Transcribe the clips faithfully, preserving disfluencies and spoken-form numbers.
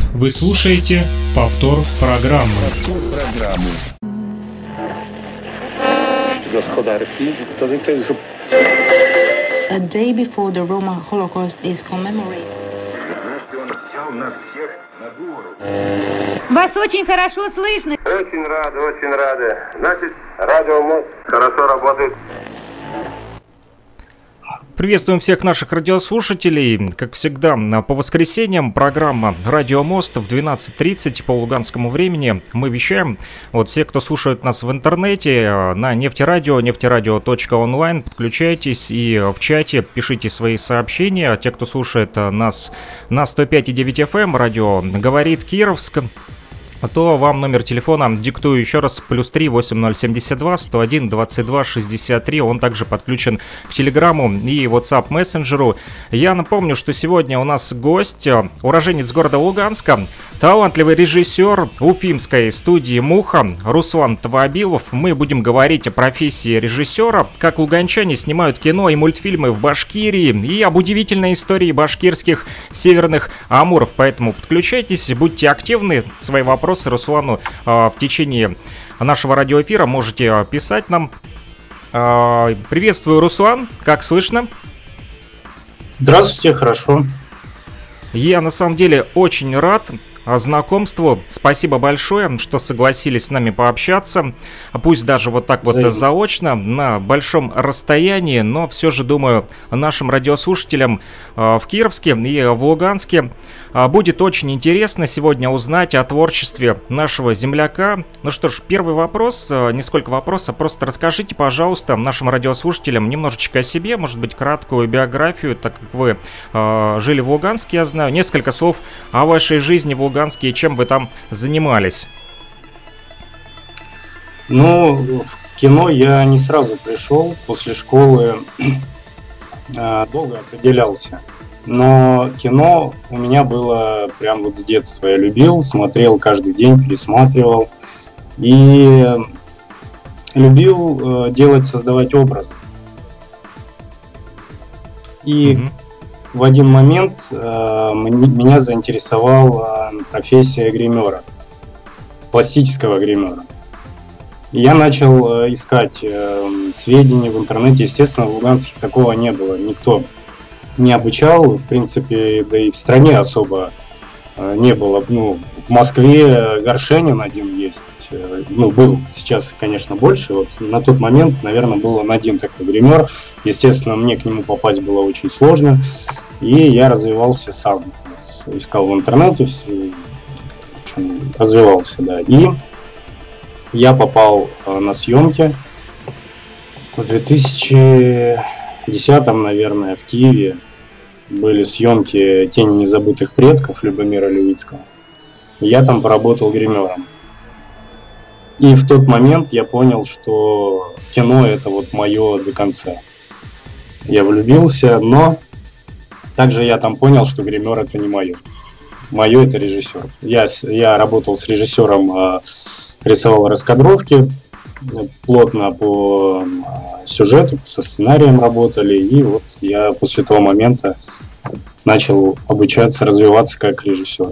Вы слушаете повтор программы. A day before the Roma Holocaust is commemorated. Вас очень хорошо слышно. Очень рады, очень рады. Значит, радио МОС хорошо работает. Приветствуем всех наших радиослушателей. Как всегда, по воскресеньям программа «Радио Мост» в двенадцать тридцать по луганскому времени. Мы вещаем. Вот все, кто слушает нас в интернете, на нефтерадио, нефтерадио точка онлайн, подключайтесь и в чате пишите свои сообщения. Те, кто слушает нас на сто пять и девять эф эм, радио «Говорит Кировск», то вам номер телефона диктую еще раз: плюс три восемь ноль семьдесят два сто один двадцать два шестьдесят три. Он также подключен к Телеграмму и WhatsApp мессенджеру. Я напомню, что сегодня у нас гость, уроженец города Луганска, талантливый режиссер уфимской студии «Муха» Руслан Тавабилов. Мы будем говорить о профессии режиссера, как луганчане снимают кино и мультфильмы в Башкирии, и об удивительной истории башкирских северных амуров. Поэтому подключайтесь, будьте активны, свои вопросы Вопросы Руслану э, в течение нашего радиоэфира можете писать нам. Э, приветствую, Руслан, как слышно? Здравствуйте, хорошо. Я на самом деле очень рад знакомству. Спасибо большое, что согласились с нами пообщаться. Пусть даже вот так вот Взаимно. заочно, на большом расстоянии, но все же, думаю, нашим радиослушателям в Кировске и в Луганске будет очень интересно сегодня узнать о творчестве нашего земляка. Ну что ж, первый вопрос, не сколько вопросов, просто расскажите, пожалуйста, нашим радиослушателям немножечко о себе, может быть, краткую биографию, так как вы э, жили в Луганске, я знаю, несколько слов о вашей жизни в Луганске и чем вы там занимались. Ну, в кино я не сразу пришел, после школы э, долго определялся. Но кино у меня было прям вот с детства. Я любил, смотрел каждый день, пересматривал. И любил э, делать, создавать образы. И mm-hmm. в один момент э, меня заинтересовала профессия гримера, пластического гримера. И я начал э, искать э, сведения в интернете. Естественно, в Луганске такого не было. Никто не обучал, в принципе, да и в стране особо э, не было. Ну, в Москве Горшенин один есть, э, ну, был, сейчас, конечно, больше. Вот на тот момент, наверное, был он один такой гример. Естественно, мне к нему попасть было очень сложно, и я развивался сам. Искал в интернете, все, в общем, развивался, да. И я попал э, на съемки в две тысячи десятом, наверное, в Киеве. Были съемки «Тени незабытых предков» Любомира Левицкого. Я там поработал гримером. И в тот момент я понял, что кино — это вот мое до конца. Я влюбился, но также я там понял, что гример — это не мое. Мое — это режиссер. Я, я работал с режиссером, рисовал раскадровки, плотно по сюжету, со сценарием работали. И вот я после того момента начал обучаться, развиваться как режиссер.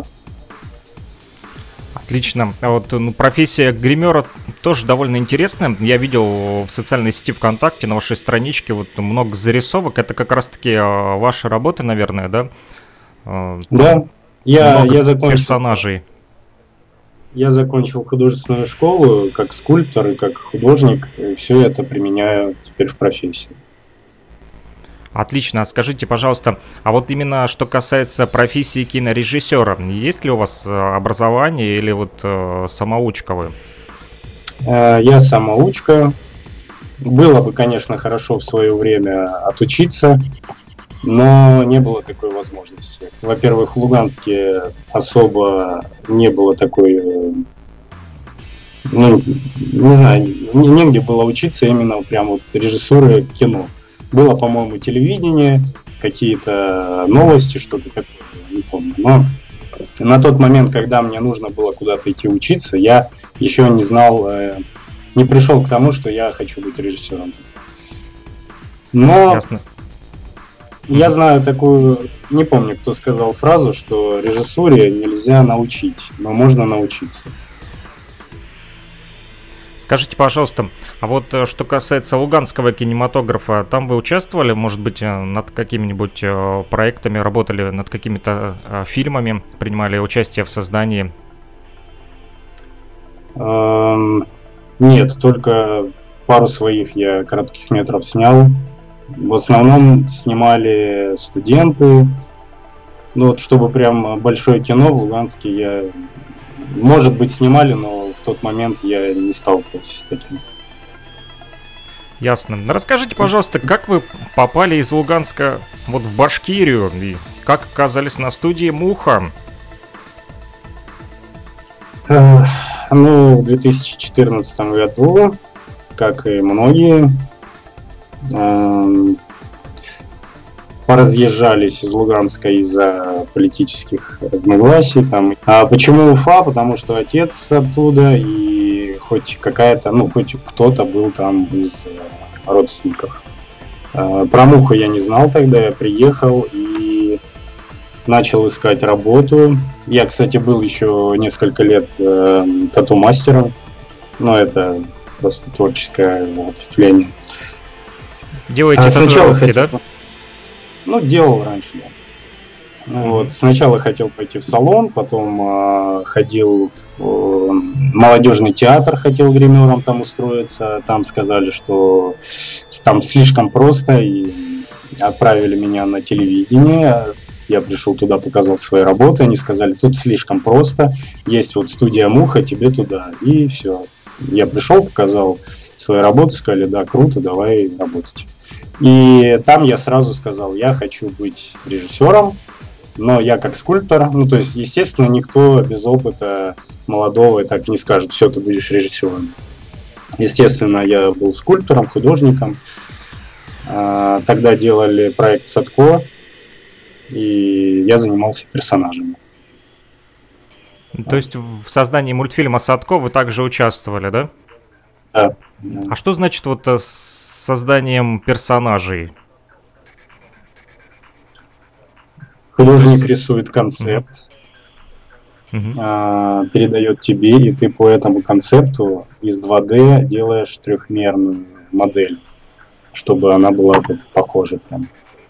Отлично. А вот ну, профессия гримера тоже довольно интересная. Я видел в социальной сети ВКонтакте на вашей страничке вот много зарисовок. Это как раз-таки а, ваша работа, наверное, да? А, да. Я, я закончил персонажей. Я закончил художественную школу как скульптор и как художник. И все это применяю теперь в профессии. Отлично. Скажите, пожалуйста, а вот именно что касается профессии кинорежиссера, есть ли у вас образование или вот э, самоучка вы? Я самоучка. Было бы, конечно, хорошо в свое время отучиться, но не было такой возможности. Во-первых, в Луганске особо не было такой, ну, не знаю, негде было учиться именно прям вот режиссуры кино. Было, по-моему, телевидение, какие-то новости, что-то такое, не помню. Но на тот момент, когда мне нужно было куда-то идти учиться, я еще не знал, не пришел к тому, что я хочу быть режиссером. Но Ясно. Я знаю такую, не помню, кто сказал фразу, что режиссуре нельзя научить, но можно научиться. Скажите, пожалуйста, а вот э, что касается луганского кинематографа, там вы участвовали, может быть, э, над какими-нибудь э, проектами, работали над какими-то э, фильмами, принимали участие в создании? Эм, Нет, только пару своих я коротких метров снял. В основном снимали студенты. Ну вот, чтобы прям большое кино в Луганске я... Может быть, снимали, но в тот момент я не сталкивался с таким. Ясно. Расскажите, пожалуйста, как вы попали из Луганска вот в Башкирию и как оказались на студии «Муха»? Э, Ну, в две тысячи четырнадцатом году, как и многие, эм, поразъезжались из Луганска из-за политических разногласий. Там. А почему Уфа? Потому что отец оттуда, и хоть какая-то, ну, хоть кто-то был там из э, родственников. Э, про Муху я не знал тогда, я приехал и начал искать работу. Я, кстати, был еще несколько лет э, тату-мастером, но это просто творческое ответвление. Делаете А сначала татуировки, да? хотел... Ну, делал раньше, да. Ну, вот. Сначала хотел пойти в салон, потом э, ходил в э, молодежный театр, хотел гримером там устроиться. Там сказали, что там слишком просто, и отправили меня на телевидение. Я пришел туда, показал свои работы, они сказали, тут слишком просто, есть вот студия «Муха», тебе туда, и все. Я пришел, показал свои работы, сказали, да, круто, давай работать. И там я сразу сказал, я хочу быть режиссером, но я как скульптор, ну то есть, естественно, никто без опыта молодого так не скажет, все, ты будешь режиссером. Естественно, я был скульптором, художником. Тогда делали проект «Садко», и я занимался персонажами. То есть в создании мультфильма «Садко» вы также участвовали, да? Да. А что значит вот с созданием персонажей? Художник рисует концепт, Угу. а, передает тебе, и ты по этому концепту из два дэ делаешь трехмерную модель, чтобы она была вот похожа прям.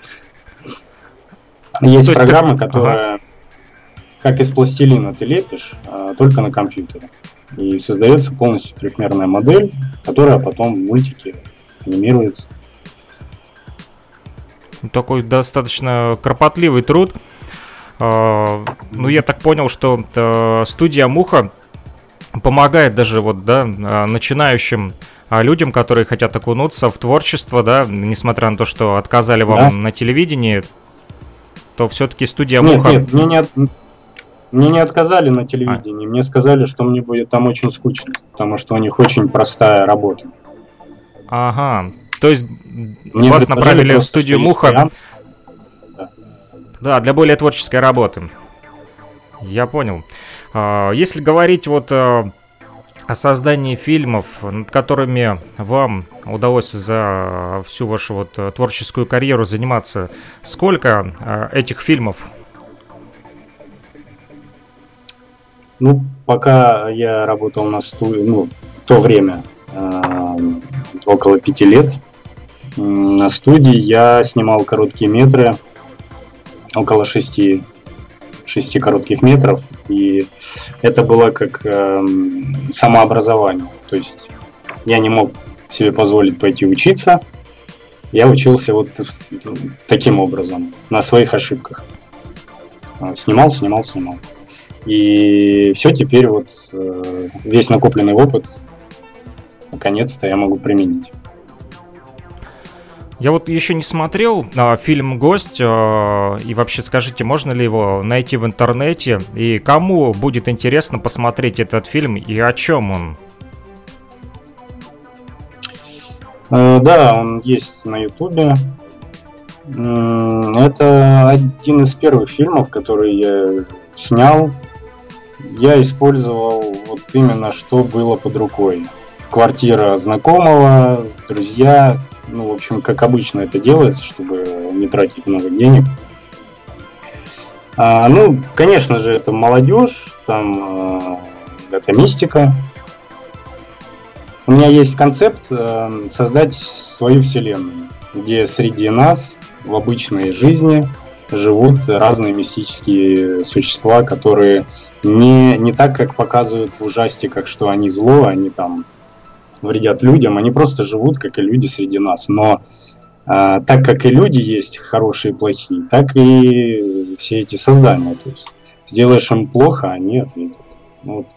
Есть программа, которая ага. как из пластилина ты лепишь, а, только на компьютере. И создается полностью трехмерная модель, которая потом в мультике анимируется. Такой достаточно кропотливый труд. А, ну, я так понял, что а, студия «Муха» помогает даже вот, да, начинающим людям, которые хотят окунуться в творчество, да, несмотря на то, что отказали вам да. на телевидении, то все-таки студия нет, «Муха». Нет, мне не, от... мне не отказали на телевидении. А. Мне сказали, что мне будет там очень скучно, потому что у них очень простая работа. Ага. То есть мне вас направили просто, в студию «Муха». Да. да, для более творческой работы. Я понял. Если говорить вот о создании фильмов, над которыми вам удалось за всю вашу вот творческую карьеру заниматься, сколько этих фильмов? Ну, пока я работал на студии, ну, в то время, э, около пяти лет, э, на студии я снимал короткие метры, около шести, шести коротких метров, и это было как э, самообразование, то есть я не мог себе позволить пойти учиться, я учился вот таким образом, на своих ошибках. Снимал, снимал, снимал. И все, теперь вот э, весь накопленный опыт, наконец-то я могу применить. Я вот еще не смотрел а, фильм «Гость», а, и вообще скажите, можно ли его найти в интернете, и кому будет интересно посмотреть этот фильм, и о чем он? Э, да, он есть на Ютубе. Это один из первых фильмов, которые я снял. Я использовал вот именно, что было под рукой. Квартира знакомого, друзья. Ну, в общем, как обычно это делается, чтобы не тратить много денег. А, ну, конечно же, это молодежь, там э, это мистика. У меня есть концепт э, создать свою вселенную, где среди нас в обычной жизни живут разные мистические существа, которые не, не так, как показывают в ужастиках, что они зло, они там вредят людям, они просто живут, как и люди среди нас. Но а, так как и люди есть хорошие и плохие, так и все эти создания. То есть сделаешь им плохо, они ответят. Вот.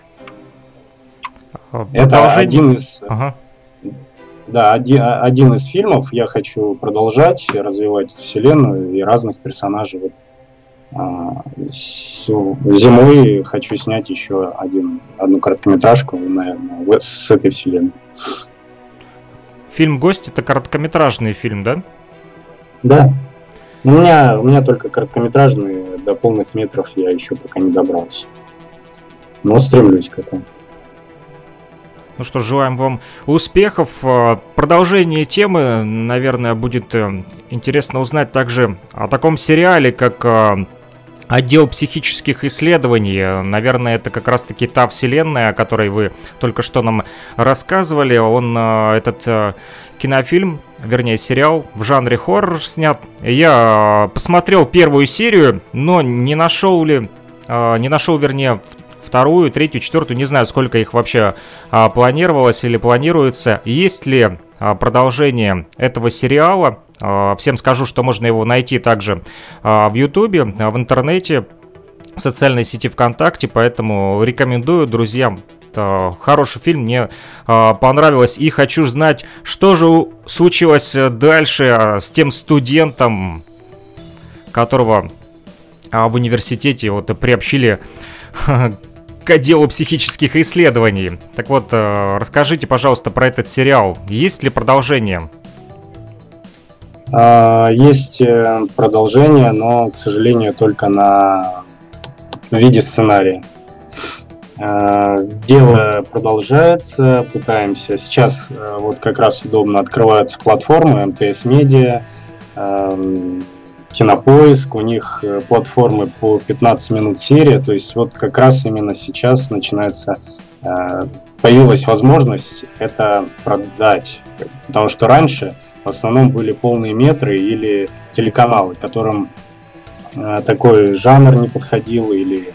Это один из, ага. да, один, один из фильмов. Я хочу продолжать развивать вселенную и разных персонажей. Вот. А, зимой хочу снять еще один, одну короткометражку, наверное, с этой вселенной. Фильм «Гость» — это короткометражный фильм, да? Да. У меня, у меня только короткометражные, до полных метров я еще пока не добрался. Но стремлюсь к этому. Ну что, желаем вам успехов. Продолжение темы, наверное, будет интересно узнать также о таком сериале, как «Отдел психических исследований». Наверное, это как раз-таки та вселенная, о которой вы только что нам рассказывали. Он, этот кинофильм, вернее сериал, в жанре хоррор снят. Я посмотрел первую серию, но не нашел ли, не нашел, вернее, вторую, третью, четвертую, не знаю, сколько их вообще а, планировалось или планируется. Есть ли а, продолжение этого сериала? А, всем скажу, что можно его найти также а, в Ютубе, а, в интернете, в социальной сети ВКонтакте, поэтому рекомендую друзьям. А, хороший фильм, мне а, понравилось, и хочу знать, что же случилось дальше а, с тем студентом, которого а, в университете вот приобщили к отделу психических исследований. Так вот, расскажите, пожалуйста, про этот сериал. Есть ли продолжение? Есть продолжение, но, к сожалению, только на в виде сценария. Дело продолжается, пытаемся. Сейчас вот как раз удобно открываются платформы эм тэ эс Media, Кинопоиск, у них платформы по пятнадцать минут серия, то есть вот как раз именно сейчас начинается, появилась возможность это продать, потому что раньше в основном были полные метры или телеканалы, которым такой жанр не подходил, или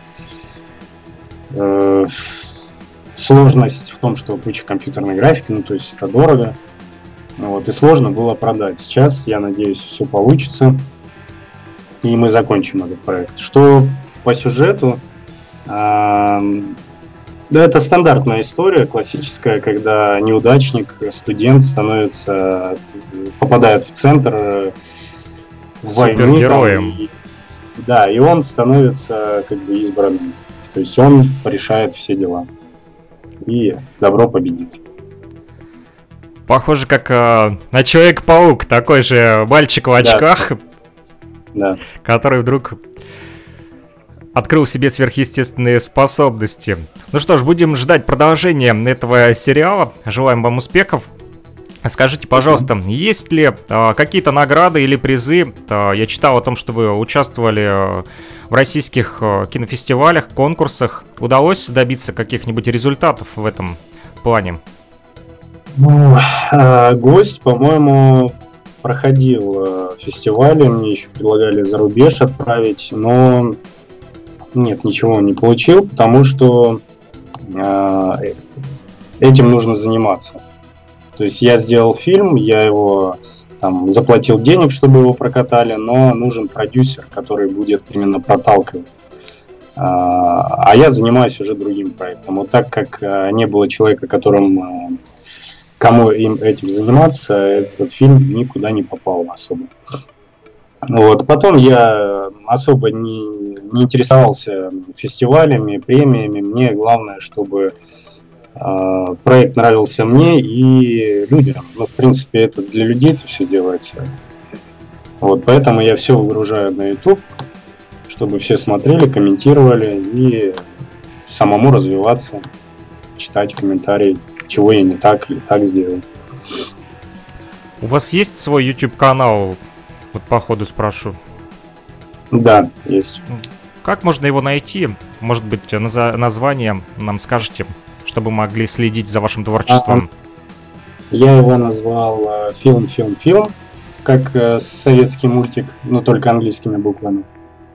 э, сложность в том, что куча компьютерной графики, ну то есть это дорого, вот, и сложно было продать. Сейчас, я надеюсь, все получится. И мы закончим этот проект. Что по сюжету, э, да, это стандартная история, классическая, когда неудачник, студент становится, попадает в центр войны. Супергероем. И, да, и он становится как бы избранным. То есть он решает все дела. И добро победит. Похоже, как э, на Человек-паук, такой же мальчик в очках. Да. Да. Который вдруг открыл себе сверхъестественные способности. Ну что ж, будем ждать продолжения этого сериала. Желаем вам успехов. Скажите, пожалуйста, есть ли а, какие-то награды или призы? А, я читал о том, что вы участвовали а, в российских а, кинофестивалях, конкурсах. Удалось добиться каких-нибудь результатов в этом плане? Ну, а, гость, по-моему, проходил э, фестивали, мне еще предлагали за рубеж отправить, но нет, ничего не получил, потому что э, этим нужно заниматься. То есть я сделал фильм, я его там заплатил денег, чтобы его прокатали, но нужен продюсер, который будет именно проталкивать. А, а я занимаюсь уже другим проектом. Вот так как э, не было человека, которым... кому им этим заниматься, этот фильм никуда не попал особо. Вот. Потом я особо не, не интересовался фестивалями, премиями. Мне главное, чтобы э, проект нравился мне и людям. Ну, в принципе, это для людей это все делается. Вот. Поэтому я все выгружаю на YouTube, чтобы все смотрели, комментировали и самому развиваться, читать комментарии, чего я не так или так сделал. У вас есть свой YouTube-канал? Вот по ходу спрошу. Да, есть. Как можно его найти? Может быть, наза- название нам скажете, чтобы могли следить за вашим творчеством? Я его назвал э, «Фильм, фильм, фильм», как э, советский мультик, но только английскими буквами.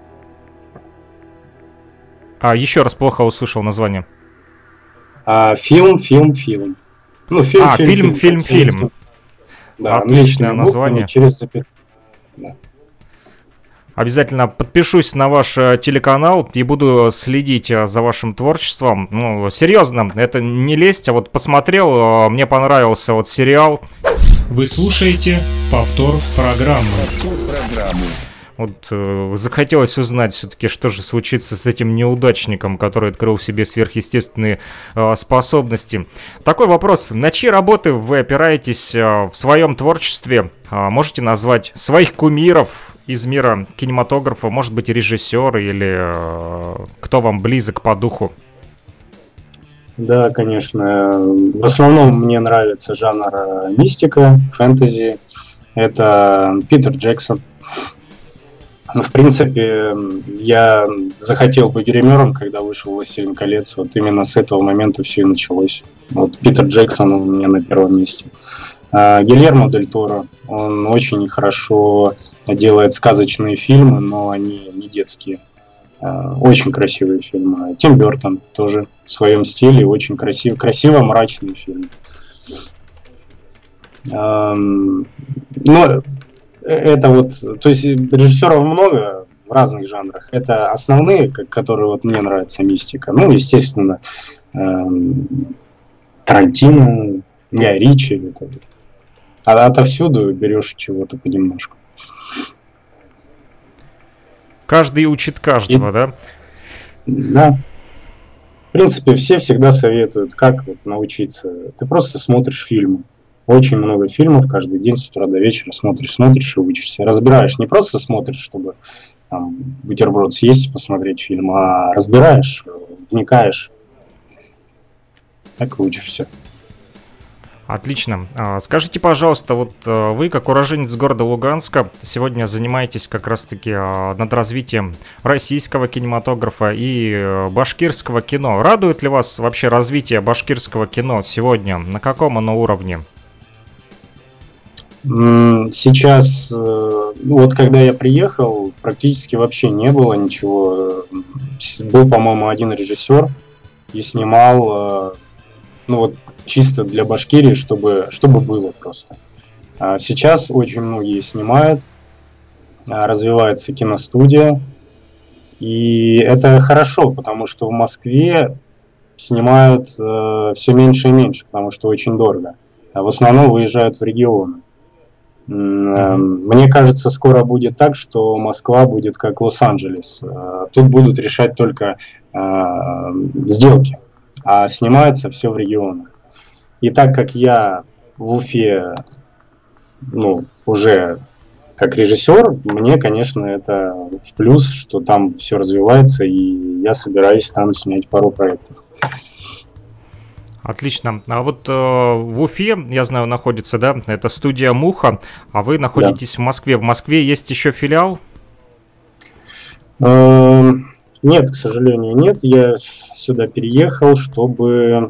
А, еще раз плохо услышал название. А, фильм, фильм, фильм. Ну, фильм, А, фильм, фильм, как советский- фильм. Да, Отличное английскими буквами название. через запятую. Да. Обязательно подпишусь на ваш э, телеканал и буду следить э, за вашим творчеством. Ну, серьезно, это не лезть, а вот посмотрел, э, мне понравился вот сериал. Вы слушаете повтор программы. Вот э, захотелось узнать все-таки, что же случится с этим неудачником, который открыл в себе сверхъестественные э, способности. Такой вопрос. На чьи работы вы опираетесь э, в своем творчестве? Э, можете назвать своих кумиров из мира кинематографа, может быть, режиссер или э, кто вам близок по духу? Да, конечно. В основном мне нравится жанр э, мистика, фэнтези. Это Питер Джексон. В принципе, я захотел быть гримером, когда вышел «Властелин колец». Вот именно с этого момента все и началось. Вот Питер Джексон у меня на первом месте. А Гильермо Дель Торо, он очень хорошо делает сказочные фильмы, но они не детские. Очень красивые фильмы. Тим Бертон тоже в своем стиле очень красив, красиво мрачный фильм. Но это вот, то есть режиссеров много в разных жанрах. Это основные, которые вот мне нравится мистика. Ну, естественно, Тарантино, Гай Ричи. Это, а отовсюду берешь чего-то понемножку. Каждый учит каждого, И, да? Да. В принципе, все всегда советуют, как вот научиться. Ты просто смотришь фильмы. Очень много фильмов каждый день с утра до вечера смотришь, смотришь и учишься. Разбираешь, не просто смотришь, чтобы там, бутерброд съесть и посмотреть фильм, а разбираешь, вникаешь. Так и учишься. Отлично. Скажите, пожалуйста, вот вы, как уроженец города Луганска, сегодня занимаетесь как раз-таки над развитием российского кинематографа и башкирского кино. Радует ли вас вообще развитие башкирского кино сегодня? На каком оно уровне? Сейчас, ну вот когда я приехал, практически вообще не было ничего. Был, по-моему, один режиссер и снимал, ну вот чисто для Башкирии, чтобы, чтобы было просто. А сейчас очень многие снимают, развивается киностудия, и это хорошо, потому что в Москве снимают э, все меньше и меньше, потому что очень дорого. А в основном выезжают в регионы. Мне кажется, скоро будет так, что Москва будет как Лос-Анджелес. Тут будут решать только э, сделки, а снимается все в регионах. И так как я в Уфе, ну, уже как режиссер, мне, конечно, это в плюс, что там все развивается, и я собираюсь там снять пару проектов. Отлично. А вот э, в Уфе, я знаю, находится, да, это студия «Муха», а вы находитесь да. в Москве. В Москве есть еще филиал? Э, нет, к сожалению, нет. Я сюда переехал, чтобы...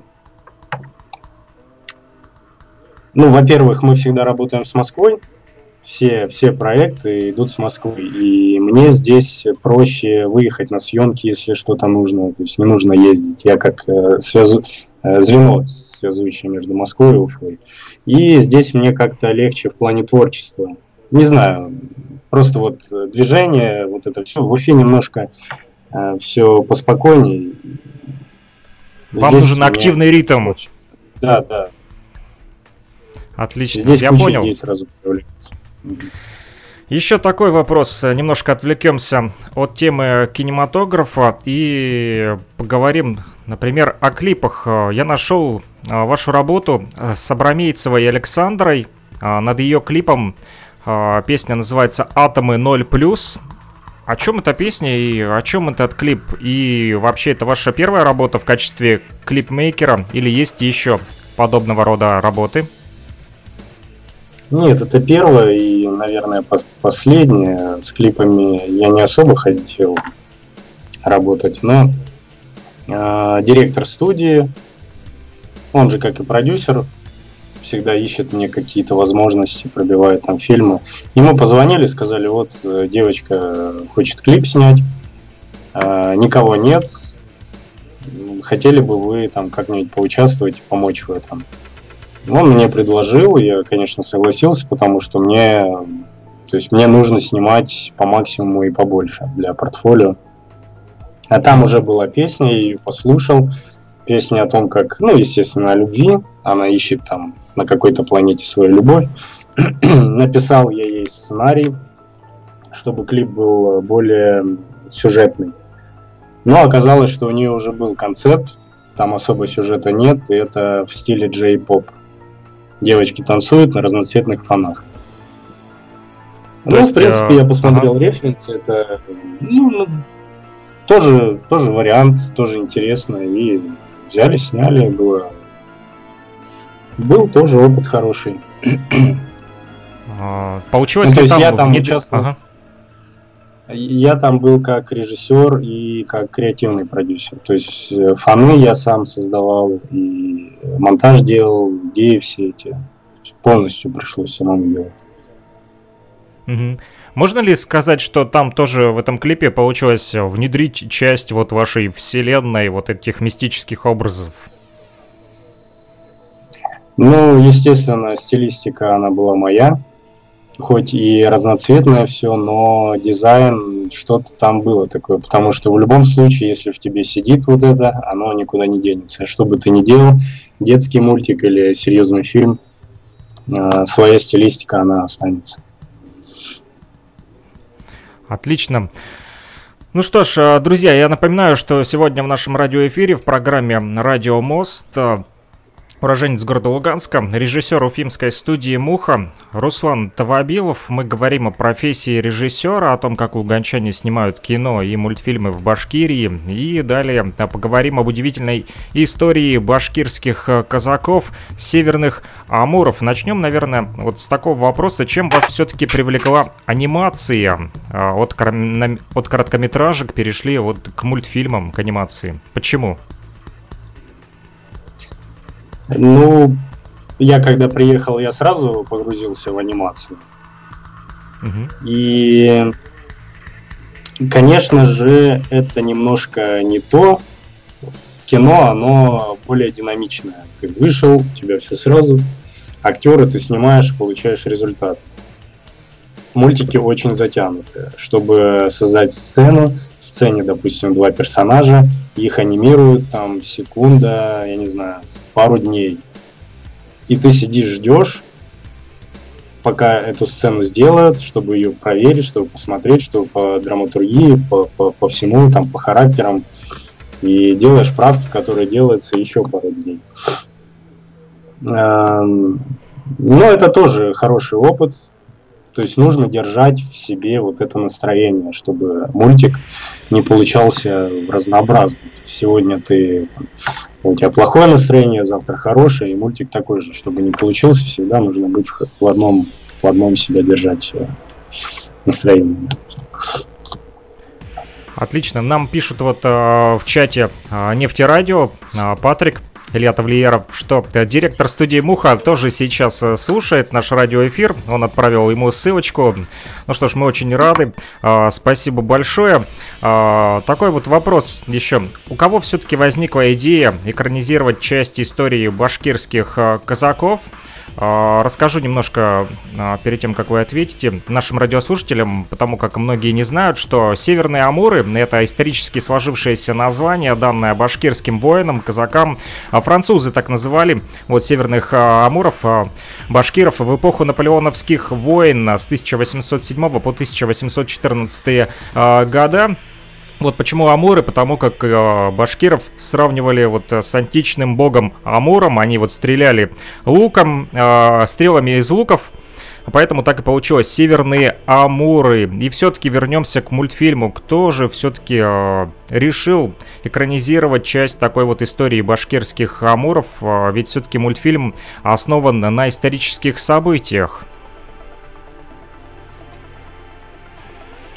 Ну, во-первых, мы всегда работаем с Москвой. Все, все проекты идут с Москвы. И мне здесь проще выехать на съемки, если что-то нужно. То есть не нужно ездить. Я как э, связу... звено, связующее между Москвой и Уфой. И здесь мне как-то легче в плане творчества. Не знаю, просто вот движение, вот это все. В Уфе немножко э, все поспокойнее. Вам здесь нужен активный ритм. Очень. Да, да. Отлично, здесь я понял. Здесь сразу появляется. Еще такой вопрос. Немножко отвлекемся от темы кинематографа и поговорим, например, о клипах. Я нашел вашу работу с Абрамейцевой и Александрой. Над ее клипом песня называется «Атомы ноль плюс». О чем эта песня и о чем этот клип? И вообще, это ваша первая работа в качестве клипмейкера или есть еще подобного рода работы? Нет, это первое и, наверное, последнее. С клипами я не особо хотел работать, но э, директор студии, он же, как и продюсер, всегда ищет мне какие-то возможности, пробивает там фильмы. Ему позвонили, сказали, вот девочка хочет клип снять, э, никого нет, хотели бы вы там как-нибудь поучаствовать, помочь в этом. Он мне предложил, я, конечно, согласился, потому что мне, то есть мне нужно снимать по максимуму и побольше для портфолио. А там уже была песня, я ее послушал. Песня о том, как, ну, естественно, о любви. Она ищет там на какой-то планете свою любовь. Написал я ей сценарий, чтобы клип был более сюжетный. Но оказалось, что у нее уже был концепт, там особо сюжета нет, и это в стиле джей-поп. Девочки танцуют на разноцветных фонах. То ну, есть, в принципе, а... я посмотрел ага. референсы, это ну, тоже, тоже вариант, тоже интересно. И взяли, сняли, было... Был тоже опыт хороший. А, получилось ну, то ли есть там... я там внед... участвовал... Ага. Я там был как режиссер и как креативный продюсер. То есть фоны я сам создавал, и монтаж делал, идеи все эти. Полностью пришлось самому делать. Угу. Можно ли сказать, что там тоже в этом клипе получилось внедрить часть вот вашей вселенной, вот этих мистических образов? Ну, естественно, стилистика, она была моя. Хоть и разноцветное все, но дизайн, что-то там было такое. Потому что в любом случае, если в тебе сидит вот это, оно никуда не денется. Что бы ты ни делал, детский мультик или серьезный фильм, своя стилистика, она останется. Отлично. Ну что ж, друзья, я напоминаю, что сегодня в нашем радиоэфире в программе «Радио Мост» уроженец города Луганска, режиссер уфимской студии «Муха» Руслан Тавабилов. Мы говорим о профессии режиссера, о том, как луганчане снимают кино и мультфильмы в Башкирии. И далее поговорим об удивительной истории башкирских казаков, северных амуров. Начнем, наверное, вот с такого вопроса. Чем вас все-таки привлекла анимация? От, от короткометражек перешли вот к мультфильмам, к анимации. Почему? Ну, я когда приехал, я сразу погрузился в анимацию. Угу. И, конечно же, это немножко не то. Кино, оно более динамичное. Ты вышел, у тебя все сразу. Актеры ты снимаешь, получаешь результат. Мультики очень затянуты. Чтобы создать сцену, в сцене, допустим, два персонажа, их анимируют, там, секунда, я не знаю, пару дней. И ты сидишь, ждешь, пока эту сцену сделают, чтобы ее проверить, чтобы посмотреть, чтобы по драматургии, по, по, по всему, там, по характерам. И делаешь правки, которые делаются еще пару дней. Но это тоже хороший опыт. То есть нужно держать в себе вот это настроение, чтобы мультик не получался разнообразным. Сегодня ты, у тебя плохое настроение, завтра хорошее, и мультик такой же. Чтобы не получился, всегда нужно быть в одном, в одном себя держать настроение. Отлично. Нам пишут вот э, в чате э, Нефтерадио, э, Патрик Илья Тавлиеров, что директор студии «Муха» тоже сейчас слушает наш радиоэфир. Он отправил ему ссылочку. Ну что ж, мы очень рады. А, спасибо большое. А, такой вот вопрос еще. У кого все-таки возникла идея экранизировать часть истории башкирских а, казаков? А, расскажу немножко а, перед тем, как вы ответите нашим радиослушателям, потому как многие не знают, что Северные Амуры — это исторически сложившееся название, данное башкирским воинам, казакам. А французы так называли вот северных а, амуров, а, башкиров в эпоху наполеоновских войн с тысяча восемьсот седьмого по тысяча восемьсот четырнадцатый а, года. Вот почему амуры, потому как э, башкиров сравнивали вот с античным богом Амуром, они вот стреляли луком, э, стрелами из луков, поэтому так и получилось, Северные Амуры. И все-таки вернемся к мультфильму. Кто же все-таки э, решил экранизировать часть такой вот истории башкирских амуров? Э, ведь все-таки мультфильм основан на исторических событиях.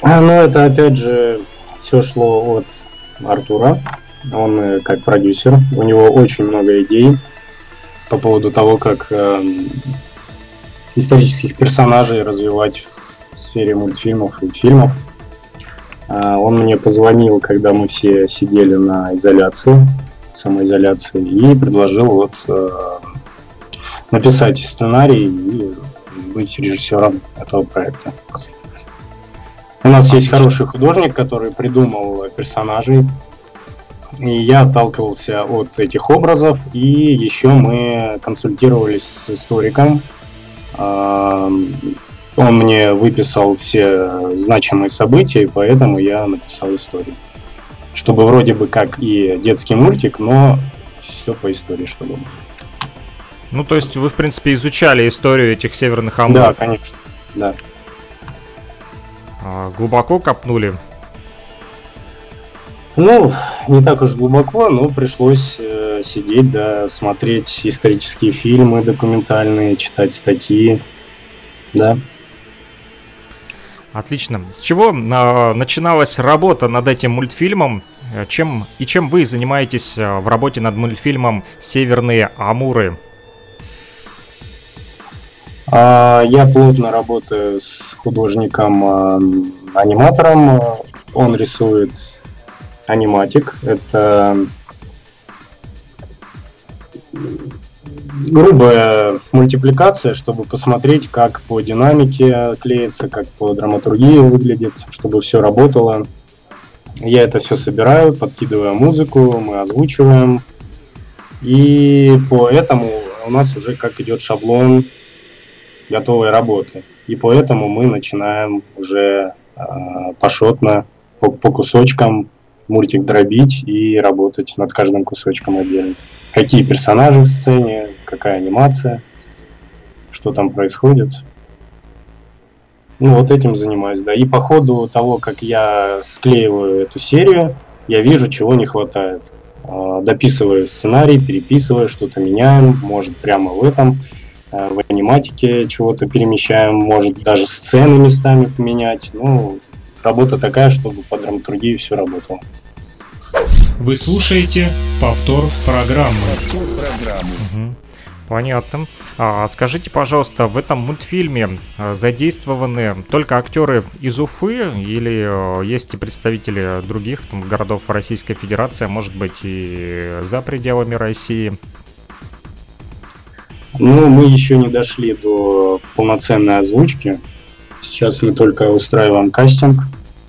А, ну, это, опять же, все шло от Артура. Он э, как продюсер. У него очень много идей по поводу того, как э, исторических персонажей развивать в сфере мультфильмов и фильмов. Э, он мне позвонил, когда мы все сидели на изоляции, самоизоляции, и предложил вот э, написать сценарий и быть режиссером этого проекта. У нас есть хороший художник, который придумал персонажей, и я отталкивался от этих образов, и еще мы консультировались с историком. Он мне выписал все значимые события, и поэтому я написал историю. Чтобы вроде бы как и детский мультик, но все по истории, чтобы было. Ну, то есть вы, в принципе, изучали историю этих северных амуров? Да, конечно, да. Глубоко копнули? Ну, не так уж глубоко, но пришлось э, сидеть, да, смотреть исторические фильмы документальные, читать статьи, да. Отлично. С чего э, начиналась работа над этим мультфильмом? Чем и чем вы занимаетесь в работе над мультфильмом «Северные амуры»? Я плотно работаю с художником-аниматором. Он рисует аниматик. Это грубая мультипликация, чтобы посмотреть, как по динамике клеится, как по драматургии выглядит, чтобы все работало. Я это все собираю, подкидываю музыку, мы озвучиваем. И по этому у нас уже как идет шаблон готовой работы. И поэтому мы начинаем уже э, пошотно, по, по кусочкам мультик дробить и работать над каждым кусочком отдельно. Какие персонажи в сцене, какая анимация, что там происходит. Ну, вот этим занимаюсь, да. И по ходу того, как я склеиваю эту серию, я вижу, чего не хватает. Э, дописываю сценарий, переписываю, что-то меняем, может, прямо в этом. В аниматике чего-то перемещаем, может даже сцены местами поменять. Ну, работа такая, чтобы по драматургии все работало. Вы слушаете повтор программы. Повтор программы. Угу. Понятно. А, скажите, пожалуйста, в этом мультфильме задействованы только актеры из Уфы или есть и представители других там, городов Российской Федерации, а может быть и за пределами России? Ну, мы еще не дошли до полноценной озвучки. Сейчас мы только устраиваем кастинг.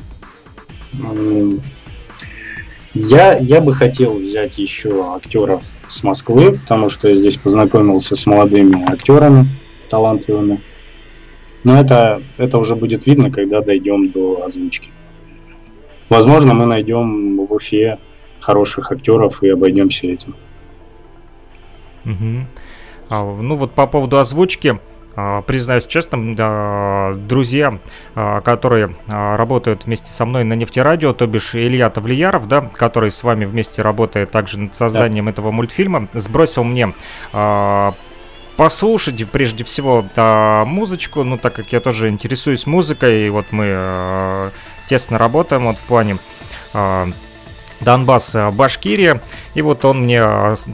Я, я бы хотел взять еще актеров с Москвы, потому что я здесь познакомился с молодыми актерами, талантливыми. Но это, это уже будет видно, когда дойдем до озвучки. Возможно, мы найдем в Уфе хороших актеров и обойдемся этим. Угу. Ну вот по поводу озвучки, признаюсь честно, друзья, которые работают вместе со мной на Нефтерадио, то бишь Илья Тавлияров, да, который с вами вместе работает также над созданием да. этого мультфильма, сбросил мне послушать прежде всего музычку, ну так как я тоже интересуюсь музыкой, и вот мы тесно работаем вот в плане Донбасс, Башкирия, и вот он мне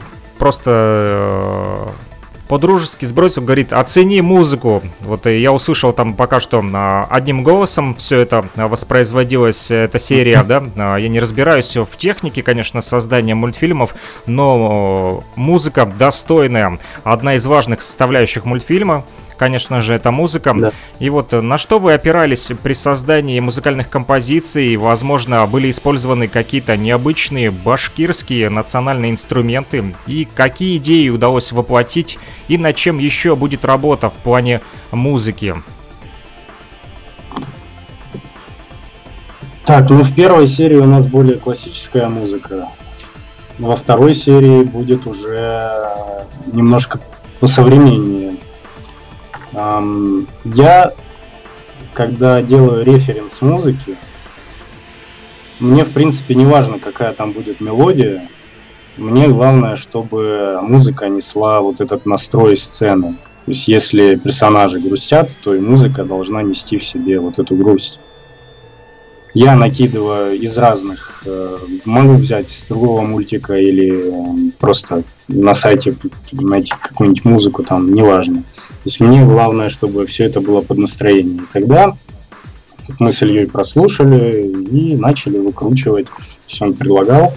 просто по-дружески сбросил, говорит, оцени музыку. Вот и я услышал там пока что одним голосом все это воспроизводилось, эта серия, да. Я не разбираюсь в технике, конечно, создания мультфильмов, но музыка достойная. Одна из важных составляющих мультфильма, конечно же, это музыка. Да. И вот на что вы опирались при создании музыкальных композиций? Возможно, были использованы какие-то необычные башкирские национальные инструменты? И какие идеи удалось воплотить? И над чем еще будет работа в плане музыки? Так, ну в первой серии у нас более классическая музыка. Во второй серии будет уже немножко посовременнее. Я, когда делаю референс музыки, мне, в принципе, не важно, какая там будет мелодия. Мне главное, чтобы музыка несла вот этот настрой сцены. То есть, если персонажи грустят, то и музыка должна нести в себе вот эту грусть. я накидываю из разных, э, могу взять с другого мультика или э, просто на сайте найти какую-нибудь музыку, там, неважно. То есть мне главное, чтобы все это было под настроение. И тогда мы с Ильей прослушали и начали выкручивать. Все он предлагал.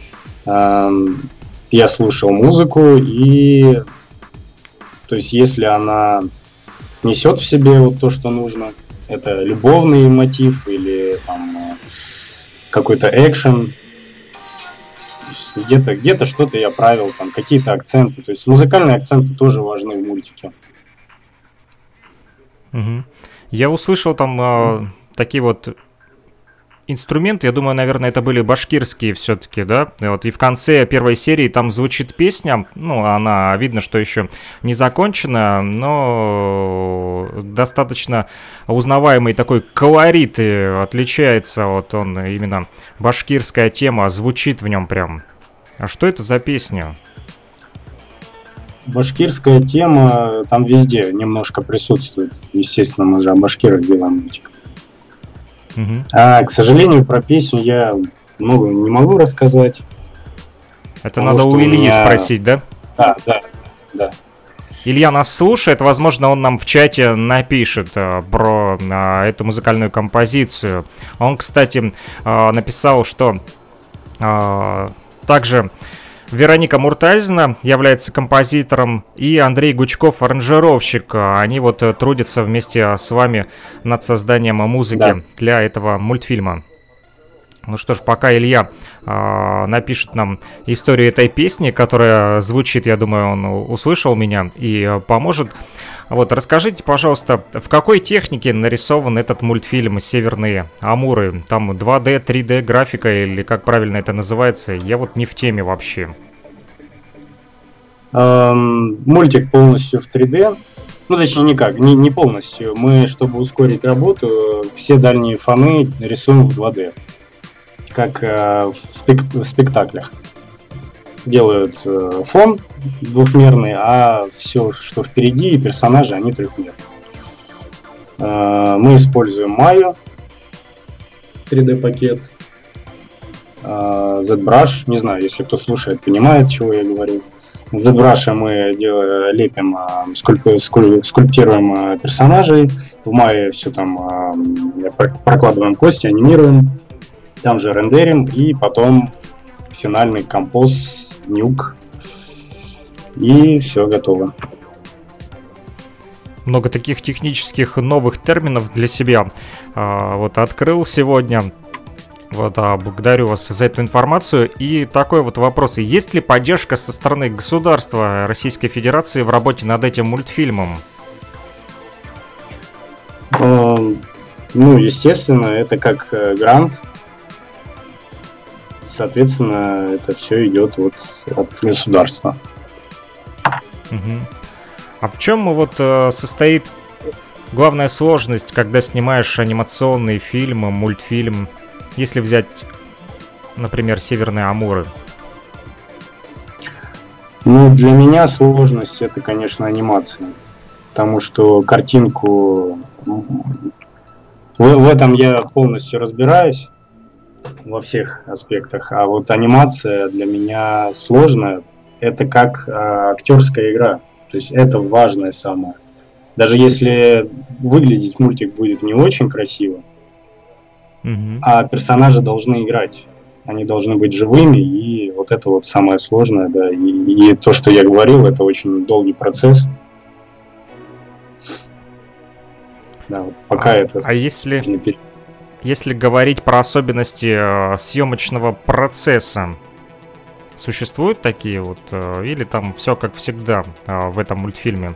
Я слушал музыку, и то есть если она несет в себе вот то, что нужно, это любовный мотив или там какой-то экшен, где-то где-то что-то я правил, там какие-то акценты. То есть музыкальные акценты тоже важны в мультике. Угу. Я услышал там э, такие вот инструменты, я думаю, наверное, это были башкирские все-таки, да? И, вот, и в конце первой серии там звучит песня, ну, она, видно, что еще не закончена, но достаточно узнаваемый такой колорит, и отличается, вот он, именно башкирская тема, звучит в нем прям. А что это за песня? Башкирская тема там везде немножко присутствует. Естественно, мы же о башкирах делаем мультик. Uh-huh. А, к сожалению, про песню я много не могу рассказать. Это надо у Ильи меня... спросить, да? Да, да, да. Илья нас слушает, возможно, он нам в чате напишет а, про а, эту музыкальную композицию. Он, кстати, а, написал, что а, также Вероника Муртазина является композитором, и Андрей Гучков аранжировщик. Они вот трудятся вместе с вами над созданием музыки, да, для этого мультфильма. Ну что ж, пока Илья э, напишет нам историю этой песни, которая звучит, я думаю, он услышал меня и э, поможет. Вот, расскажите, пожалуйста, в какой технике нарисован этот мультфильм «Северные Амуры»? Там два дэ, три дэ графика или как правильно это называется? Я вот не в теме вообще. Эм, мультик полностью в три дэ. Ну, точнее, никак, не, не полностью. Мы, чтобы ускорить работу, все дальние фоны рисуем в два дэ. Как э, в, спек- в спектаклях. Делают э, фон двухмерный, а все, что впереди, и персонажи, они трехмерные. Э, мы используем Maya, три дэ пакет, э, ZBrush, не знаю, если кто слушает, понимает, чего я говорю. В ZBrush мы делаем, лепим, э, скульп- скульп- скульптируем э, персонажей, в Maya все там э, прокладываем кости, анимируем, там же рендерим, и потом финальный композ, нюк, и все готово. Много таких технических новых терминов для себя а, вот открыл сегодня. Вот, а, благодарю вас за эту информацию. И такой вот вопрос: есть ли поддержка со стороны государства Российской Федерации в работе над этим мультфильмом? Ну, естественно, это как грант. Соответственно, это все идет вот от государства. Угу. А в чем вот э, состоит главная сложность, когда снимаешь анимационный фильм, мультфильм, если взять, например, «Северные Амуры»? Ну, для меня сложность — это, конечно, анимация. Потому что картинку... В, в этом я полностью разбираюсь. Во всех аспектах. А вот анимация для меня сложная. Это как э, актерская игра. То есть это важное самое. Даже если выглядеть мультик будет не очень красиво, mm-hmm. а персонажи должны играть. Они должны быть живыми, и вот это вот самое сложное. Да. И, и то, что я говорил, это очень долгий процесс. Да, вот пока а, это... А если... Если говорить про особенности э, съемочного процесса, существуют такие вот, э, или там все как всегда э, в этом мультфильме?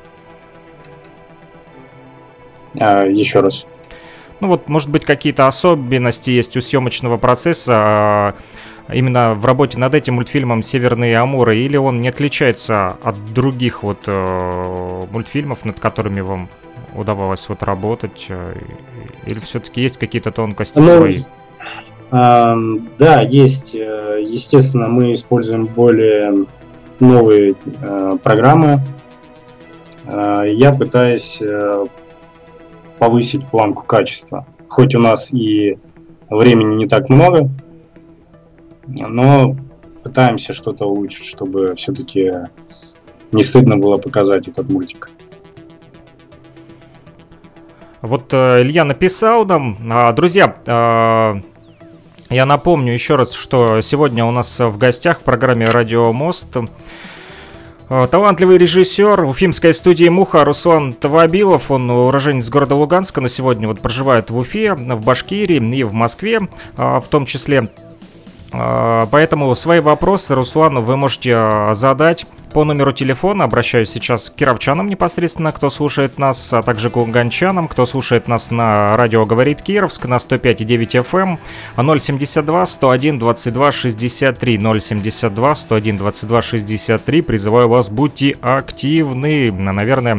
А, еще раз. Ну вот, может быть, какие-то особенности есть у съемочного процесса э, именно в работе над этим мультфильмом «Северные Амуры», или он не отличается от других вот э, мультфильмов, над которыми вам удавалось вот работать, или все-таки есть какие-то тонкости ну, свои? Э, да, есть. Естественно, мы используем более новые э, программы. Э, я пытаюсь э, повысить планку качества. Хоть у нас и времени не так много, но пытаемся что-то улучшить, чтобы все-таки не стыдно было показать этот мультик. Вот э, Илья написал нам, э, друзья, э, я напомню еще раз, что сегодня у нас в гостях в программе «Радио Мост» э, талантливый режиссер уфимской студии «Муха» Руслан Тавабилов. Он уроженец города Луганска, но сегодня вот проживает в Уфе, в Башкирии и в Москве э, в том числе. Э, поэтому свои вопросы Руслану вы можете задать по номеру телефона. Обращаюсь сейчас к кировчанам непосредственно, кто слушает нас, а также к луганчанам, кто слушает нас на радио «Говорит Кировск» на сто пять и девять эф эм, ноль семьдесят два сто один двадцать два шестьдесят три, ноль семьдесят два сто один двадцать два шестьдесят три. Призываю вас, будьте активны. Наверное,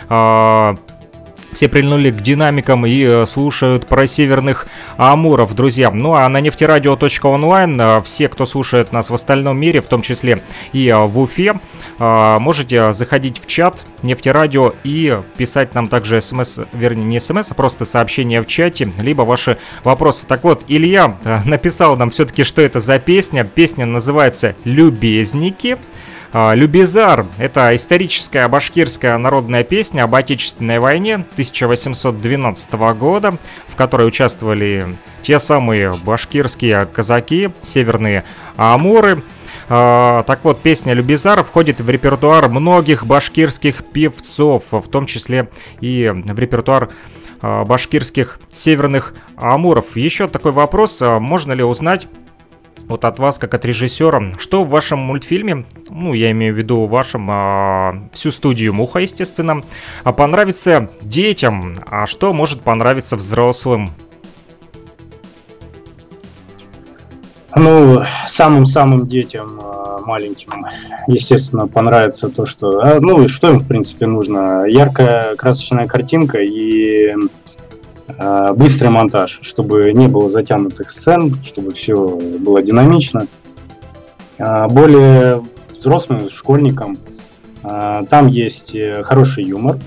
все прильнули к динамикам и э, слушают про северных амуров, друзья. Ну а на нефтерадио точка онлайн э, все, кто слушает нас в остальном мире, в том числе и э, в Уфе, э, можете заходить в чат Нефтерадио и писать нам также смс, вернее не смс, а просто сообщение в чате, либо ваши вопросы. Так вот, Илья э, написал нам все-таки, что это за песня. Песня называется «Любезники». «Любезар» — это историческая башкирская народная песня об Отечественной войне тысяча восемьсот двенадцатого года, в которой участвовали те самые башкирские казаки, северные амуры. Так вот, песня «Любезар» входит в репертуар многих башкирских певцов, в том числе и в репертуар башкирских северных амуров. Еще такой вопрос: можно ли узнать вот от вас, как от режиссера, что в вашем мультфильме, ну, я имею в виду вашем, а, всю студию «Муха», естественно, а понравится детям, а что может понравиться взрослым? Ну, самым-самым детям маленьким, естественно, понравится то, что... Ну, и что им, в принципе, нужно? Яркая красочная картинка и быстрый монтаж, чтобы не было затянутых сцен, чтобы все было динамично. Более взрослым школьникам там есть хороший юмор,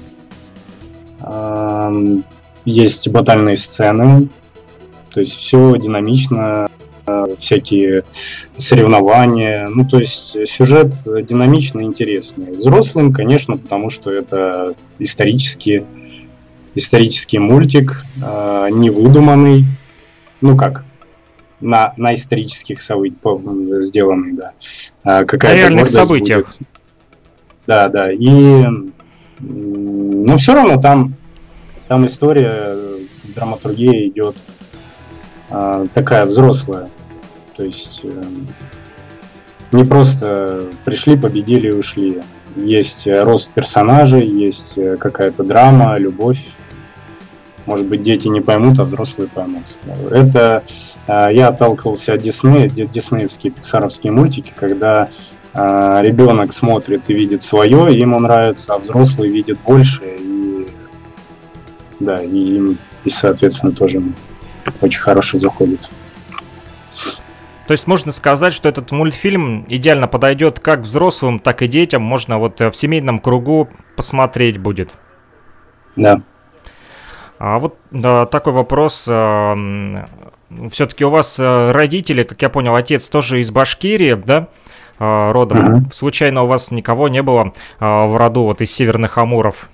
есть батальные сцены, то есть все динамично, всякие соревнования, ну то есть сюжет динамичный, интересный. Взрослым, конечно, потому что это исторические исторический мультик, э, невыдуманный, ну как, на, на исторических событиях сделанный, да. А какая-то на реальных событиях. Будет. Да, да, и, но все равно там, там история, драматургия идет э, такая взрослая, то есть э, не просто пришли, победили и ушли. Есть рост персонажей, есть какая-то драма, любовь. Может быть, дети не поймут, а взрослые поймут. Это э, я отталкивался от Диснея, диснеевские, пиксаровские мультики, когда э, ребенок смотрит и видит свое, и ему нравится, а взрослый видит больше, и да, и им, и, соответственно, тоже очень хорошо заходит. То есть можно сказать, что этот мультфильм идеально подойдет как взрослым, так и детям. Можно вот в семейном кругу посмотреть будет. Да. А вот да, такой вопрос. Все-таки у вас родители, как я понял, отец тоже из Башкирии, да, родом? Mm-hmm. Случайно у вас никого не было в роду вот из северных амуров?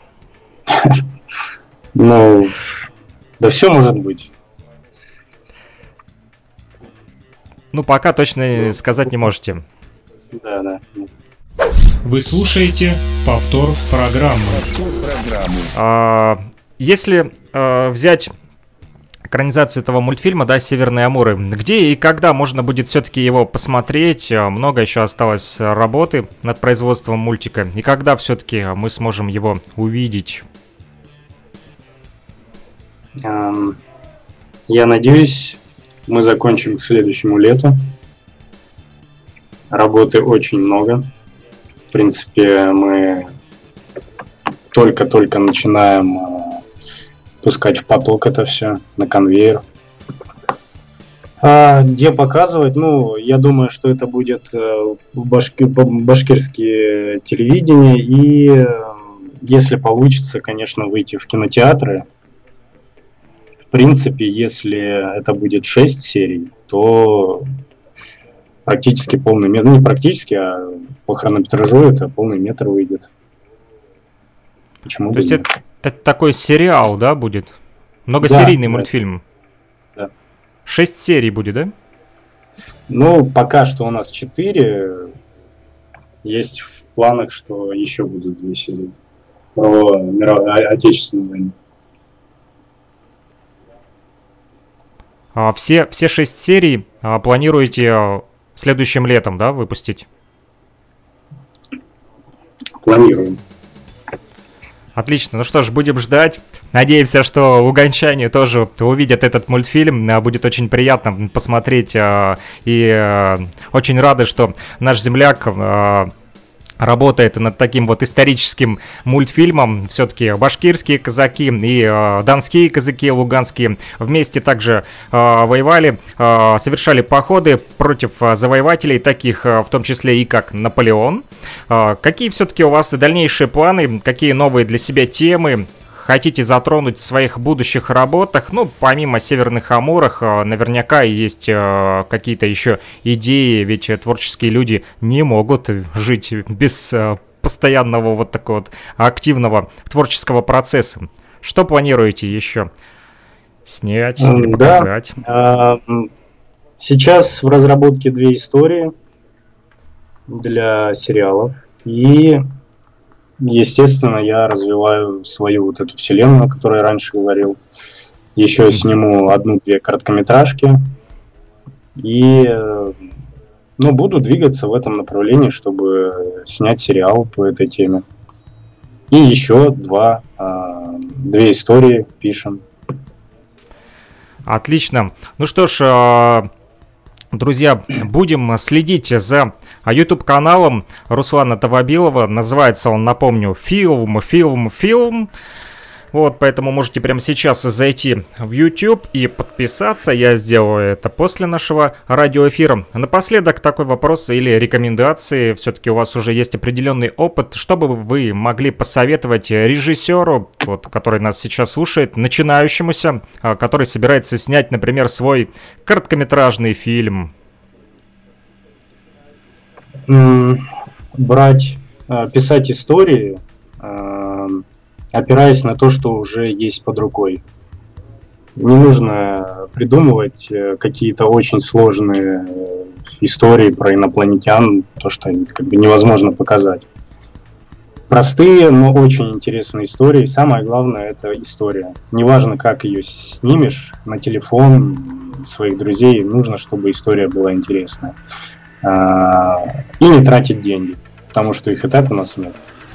Ну, да все может быть. Ну, пока точно сказать не можете. Да, да. Вы слушаете повтор программы. А, если а, взять экранизацию этого мультфильма, да, «Северные амуры», где и когда можно будет все-таки его посмотреть? Много еще осталось работы над производством мультика. И когда все-таки мы сможем его увидеть? Um, я надеюсь, мы закончим к следующему лету. Работы очень много. В принципе, мы только-только начинаем э, пускать в поток это все, на конвейер. А где показывать? Ну, я думаю, что это будет э, башки, башкирские телевидения. И э, если получится, конечно, выйти в кинотеатры. В принципе, если это будет шесть серий, то практически полный метр, ну не практически, а по хронометражу это полный метр выйдет. Почему То есть это, это такой сериал, да, будет? Многосерийный да, мультфильм? Да. Шесть серий будет, да? Ну, пока что у нас четыре. Есть в планах, что еще будут две серии про мировую, отечественную войну. А все, все шесть серий а, планируете а, следующим летом, да, выпустить? Планируем. Отлично. Ну что ж, будем ждать. Надеемся, что луганчане тоже увидят этот мультфильм. Будет очень приятно посмотреть. И очень рады, что наш земляк работает над таким вот историческим мультфильмом. Все-таки башкирские казаки и э, донские казаки, луганские вместе также э, воевали, э, совершали походы против э, завоевателей, таких э, в том числе и как Наполеон. Э, какие все-таки у вас дальнейшие планы, какие новые для себя темы хотите затронуть в своих будущих работах? Ну, помимо «Северных Амурах», наверняка есть э, какие-то еще идеи, ведь творческие люди не могут жить без э, постоянного вот такого вот активного творческого процесса. Что планируете еще снять или показать? Да. Сейчас в разработке две истории для сериалов. И естественно, я развиваю свою вот эту вселенную, о которой я раньше говорил. Еще сниму одну-две короткометражки. И ну, буду двигаться в этом направлении, чтобы снять сериал по этой теме. И еще два, две истории пишем. Отлично. Ну что ж, друзья, будем следить за YouTube-каналом Руслана Тавабилова. Называется он, напомню, «Фильм, фильм, фильм». Вот, поэтому можете прямо сейчас зайти в YouTube и подписаться. Я сделаю это после нашего радиоэфира. Напоследок такой вопрос или рекомендации. Все-таки у вас уже есть определенный опыт. Что бы вы могли посоветовать режиссеру, вот, который нас сейчас слушает, начинающемуся, который собирается снять, например, свой короткометражный фильм? Брать, писать истории, опираясь на то, что уже есть под рукой. Не нужно придумывать какие-то очень сложные истории про инопланетян, то, что как бы невозможно показать. Простые, но очень интересные истории. Самое главное — это история. Неважно, как ее снимешь на телефон своих друзей, нужно, чтобы история была интересная. И не тратить деньги, потому что их и так у нас нет.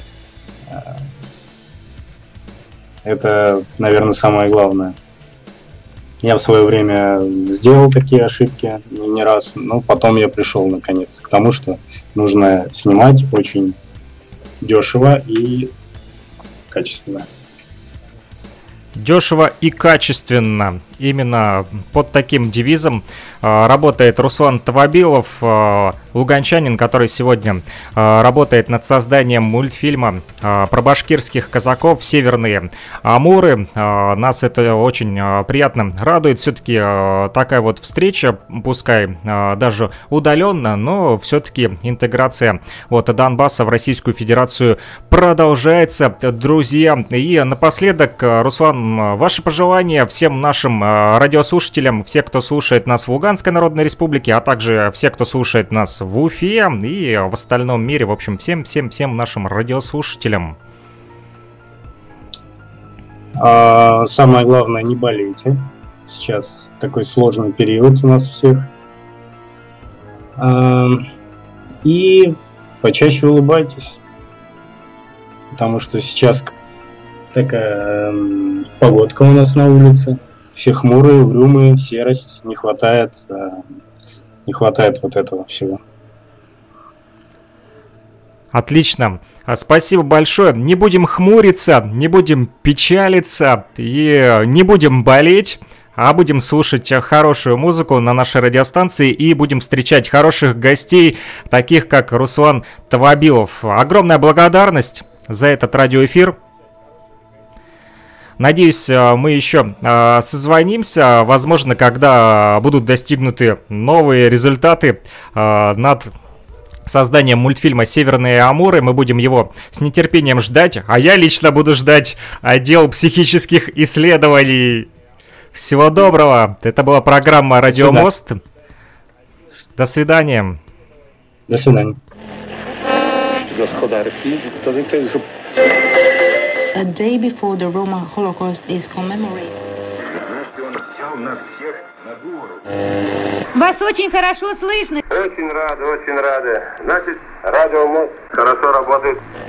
Это, наверное, самое главное. Я в свое время сделал такие ошибки не раз, но потом я пришел наконец к тому, что нужно снимать очень дешево и качественно. Дешево и качественно. Именно под таким девизом э, работает Руслан Тавабилов, э, луганчанин, который сегодня э, работает над созданием мультфильма э, про башкирских казаков «Северные Амуры». Э, нас это очень э, приятно радует. Все-таки э, такая вот встреча, пускай э, даже удаленно, но все-таки интеграция вот, Донбасса в Российскую Федерацию продолжается, друзья. И напоследок, Руслан, ваши пожелания всем нашим радиослушателям, все, кто слушает нас в Луганской Народной Республике, а также все, кто слушает нас в Уфе и в остальном мире, в общем, всем-всем-всем нашим радиослушателям. А, самое главное, не болейте. Сейчас такой сложный период у нас всех. А, и почаще улыбайтесь, потому что сейчас такая э, погодка у нас на улице. Все хмурые, угрюмые, серость, не хватает, э, не хватает вот этого всего. Отлично. Спасибо большое. Не будем хмуриться, не будем печалиться и не будем болеть, а будем слушать хорошую музыку на нашей радиостанции и будем встречать хороших гостей, таких как Руслан Тавабилов. Огромная благодарность за этот радиоэфир. Надеюсь, мы еще созвонимся, возможно, когда будут достигнуты новые результаты над созданием мультфильма «Северные Амуры». Мы будем его с нетерпением ждать, а я лично буду ждать отдел психических исследований. Всего доброго. Это была программа «Радио Мост». До свидания. До свидания. A day before the Roma Holocaust is commemorated. Вас очень хорошо слышно. Очень рады, очень рады. Значит, радио Мост хорошо работает.